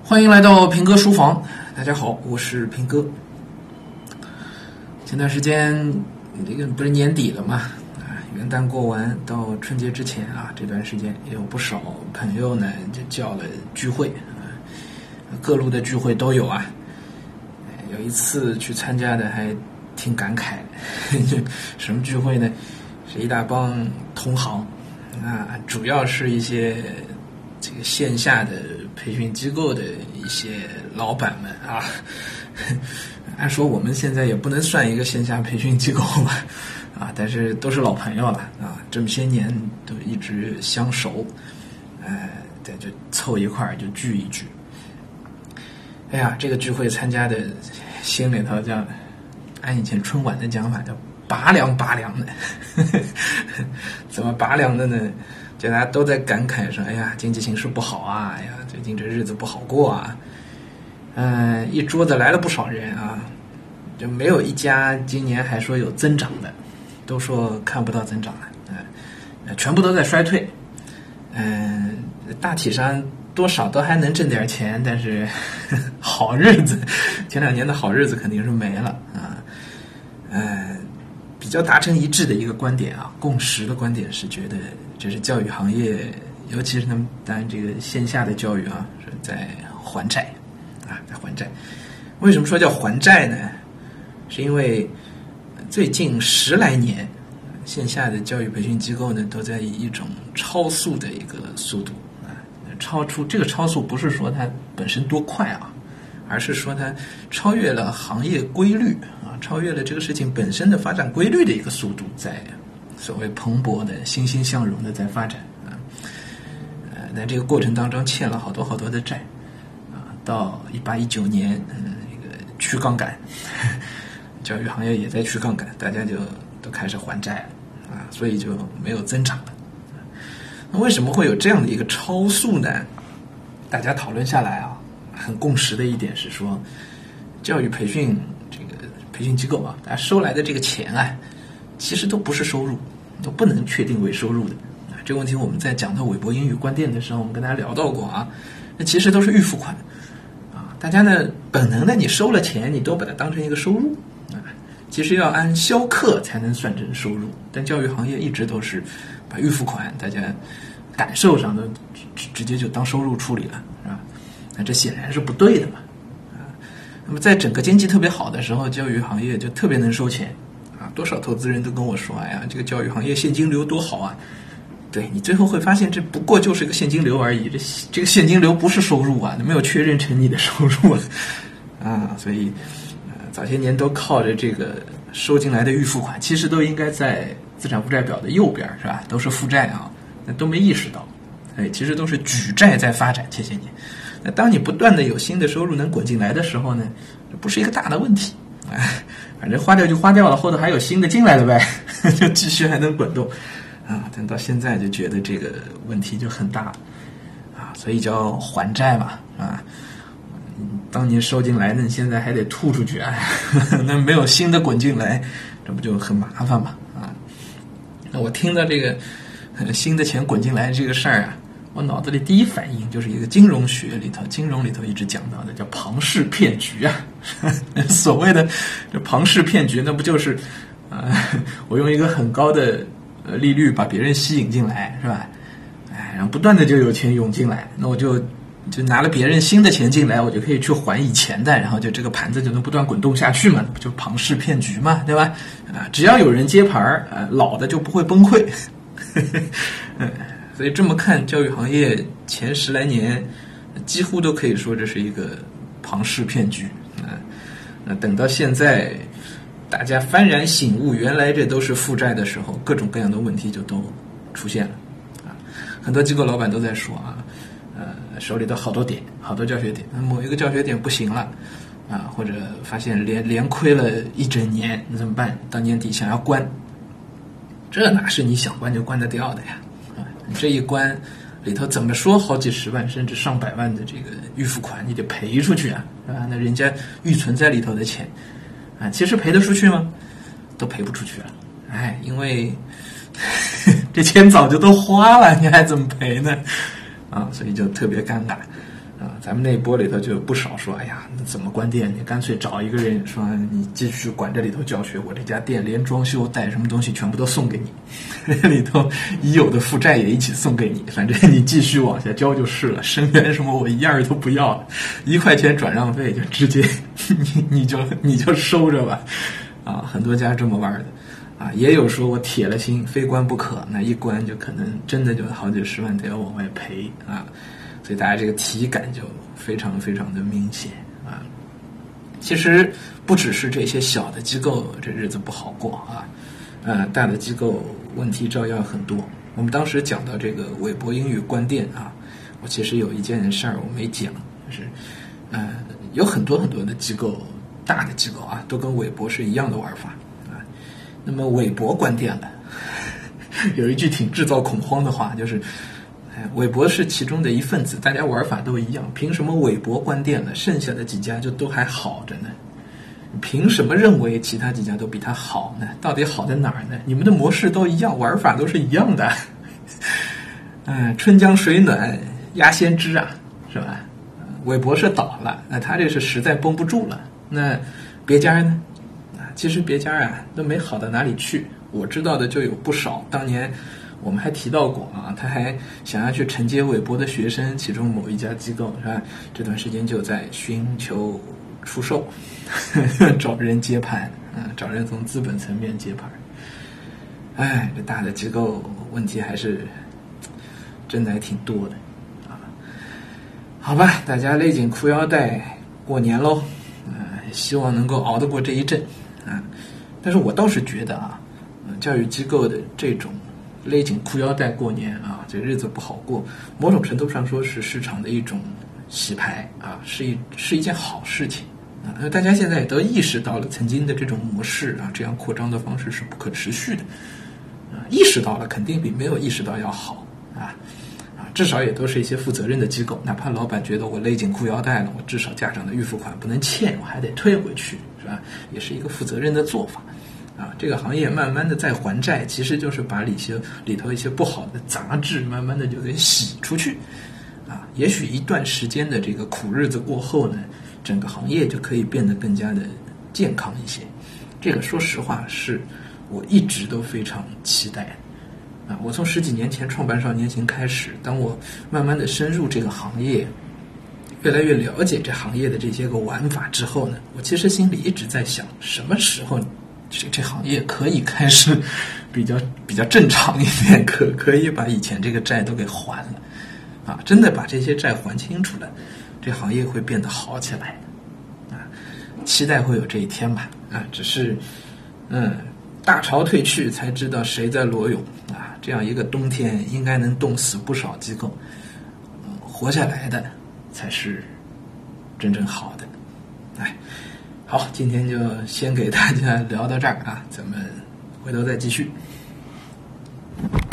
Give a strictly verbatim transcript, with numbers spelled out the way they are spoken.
欢迎来到平哥书房，大家好，我是平哥。前段时间这个不是年底了嘛，啊，元旦过完到春节之前啊，这段时间也有不少朋友呢就叫了聚会啊，各路的聚会都有啊。有一次去参加的还挺感慨的，什么聚会呢？是一大帮同行啊，主要是一些这个线下的培训机构的一些老板们啊。按说我们现在也不能算一个线下培训机构吧，啊，但是都是老朋友了啊，这么些年都一直相熟，哎，对，就凑一块儿就聚一聚。哎呀，这个聚会参加的心里头叫，按以前春晚的讲法叫拔凉拔凉的。怎么拔凉的呢？就大家都在感慨说，哎呀，经济形势不好啊，哎呀，最近这日子不好过啊。嗯、呃，一桌子来了不少人啊，就没有一家今年还说有增长的，都说看不到增长了，嗯、呃，全部都在衰退。嗯、呃，大体上多少都还能挣点钱，但是呵呵好日子，前两年的好日子肯定是没了啊。呃，比较达成一致的一个观点啊，共识的观点是觉得，这是教育行业，尤其是他们当然这个线下的教育啊，是在还债啊，在还债。为什么说叫还债呢？是因为最近十来年，线下的教育培训机构呢，都在以一种超速的一个速度啊，超出这个超速不是说它本身多快啊，而是说它超越了行业规律啊，超越了这个事情本身的发展规律的一个速度，在所谓蓬勃的欣欣向荣的在发展啊。呃，在这个过程当中欠了好多好多的债啊，到一八一九年，嗯，那个去杠杆，教育行业也在去杠杆，大家就都开始还债了啊，所以就没有增长了。那为什么会有这样的一个超速呢？大家讨论下来啊，很共识的一点是说，教育培训这个培训机构啊，大家收来的这个钱啊，其实都不是收入，都不能确定为收入的啊。这个问题我们在讲到韦伯英语观点的时候，我们跟大家聊到过啊，那其实都是预付款啊。大家呢本能的，你收了钱，你都把它当成一个收入啊。其实要按销课才能算成收入，但教育行业一直都是把预付款，大家感受上的直直接就当收入处理了，是吧？那这显然是不对的嘛，啊，那么在整个经济特别好的时候，教育行业就特别能收钱，啊，多少投资人都跟我说，哎呀，这个教育行业现金流多好啊！对，你最后会发现，这不过就是个现金流而已，这这个现金流不是收入啊，没有确认成你的收入啊，所以，呃，早些年都靠着这个收进来的预付款，其实都应该在资产负债表的右边，是吧？都是负债啊，那都没意识到，哎，其实都是举债在发展，这些年。那当你不断的有新的收入能滚进来的时候呢，这不是一个大的问题，哎，反正花掉就花掉了，后头还有新的进来了呗，就继续还能滚动，啊，但到现在就觉得这个问题就很大，啊，所以叫还债嘛，啊，当年收进来，那现在还得吐出去，哎，那没有新的滚进来，这不就很麻烦嘛，啊，那我听到这个新的钱滚进来这个事儿啊。我脑子里第一反应就是一个金融学里头，金融里头一直讲到的叫庞氏骗局啊。所谓的这庞氏骗局，那不就是啊、呃，我用一个很高的呃利率把别人吸引进来，是吧？哎，然后不断的就有钱涌进来，那我就就拿了别人新的钱进来，我就可以去还以前的，然后就这个盘子就能不断滚动下去嘛，不就庞氏骗局嘛，对吧？啊，只要有人接盘儿，啊，老的就不会崩溃。嗯。所以这么看，教育行业前十来年几乎都可以说这是一个庞氏骗局啊。那等到现在大家幡然醒悟，原来这都是负债的时候，各种各样的问题就都出现了啊。很多机构老板都在说啊，呃，手里头好多点，好多教学点，某一个教学点不行了啊，或者发现连连亏了一整年，那怎么办？到年底想要关，这哪是你想关就关得掉的呀？这一关里头怎么说好几十万甚至上百万的这个预付款你得赔出去啊，是吧？那人家预存在里头的钱啊，其实赔得出去吗？都赔不出去了，哎，因为这钱早就都花了，你还怎么赔呢？啊，所以就特别尴尬啊，咱们那波里头就有不少说，哎呀，那怎么关店？你干脆找一个人说，你继续管这里头教学，我这家店连装修带什么东西全部都送给你，里头已有的负债也一起送给你，反正你继续往下交就是了。生源什么我一样都不要了，一块钱转让费就直接你你就你就收着吧。啊，很多家这么玩的。啊，也有说我铁了心非关不可，那一关就可能真的就好几十万得要往外赔啊。所以大家这个体感就非常非常的明显啊。其实不只是这些小的机构这日子不好过啊，呃，大的机构问题照样很多。我们当时讲到这个韦博英语关店啊，我其实有一件事儿我没讲，就是呃，有很多很多的机构，大的机构啊，都跟韦博是一样的玩法啊。那么韦博关店了，有一句挺制造恐慌的话，就是韦博是其中的一份子，大家玩法都一样，凭什么韦博关店了，剩下的几家就都还好着呢？凭什么认为其他几家都比它好呢？到底好在哪儿呢？你们的模式都一样，玩法都是一样的。嗯，春江水暖鸭先知啊，是吧？韦博是倒了，那他这是实在绷不住了。那别家呢？啊，其实别家啊都没好到哪里去。我知道的就有不少，当年我们还提到过啊，他还想要去承接韦博的学生，其中某一家机构是吧？这段时间就在寻求出售，找人接盘啊，找人从资本层面接盘。哎，这大的机构问题还是真的还挺多的啊。好吧，大家勒紧裤腰带过年喽，啊，希望能够熬得过这一阵啊。但是我倒是觉得啊，教育机构的这种勒紧裤腰带过年啊，这日子不好过，某种程度上说是市场的一种洗牌啊，是一是一件好事情啊。大家现在也都意识到了，曾经的这种模式啊，这样扩张的方式是不可持续的啊，意识到了肯定比没有意识到要好啊啊，至少也都是一些负责任的机构，哪怕老板觉得我勒紧裤腰带了，我至少家长的预付款不能欠，我还得退回去，是吧？也是一个负责任的做法。啊，这个行业慢慢的在还债，其实就是把里些里头一些不好的杂质慢慢的就给洗出去，啊，也许一段时间的这个苦日子过后呢，整个行业就可以变得更加的健康一些。这个说实话是我一直都非常期待的，啊，我从十几年前创办少年行开始，当我慢慢的深入这个行业，越来越了解这行业的这些个玩法之后呢，我其实心里一直在想，什么时候这这行业可以开始比较比较正常一点，可可以把以前这个债都给还了，啊，真的把这些债还清楚了，这行业会变得好起来，啊，期待会有这一天吧，啊，只是，嗯，大潮退去才知道谁在裸泳啊，这样一个冬天应该能冻死不少机构，嗯，活下来的才是真正好的，哎。好，今天就先给大家聊到这儿啊，咱们回头再继续。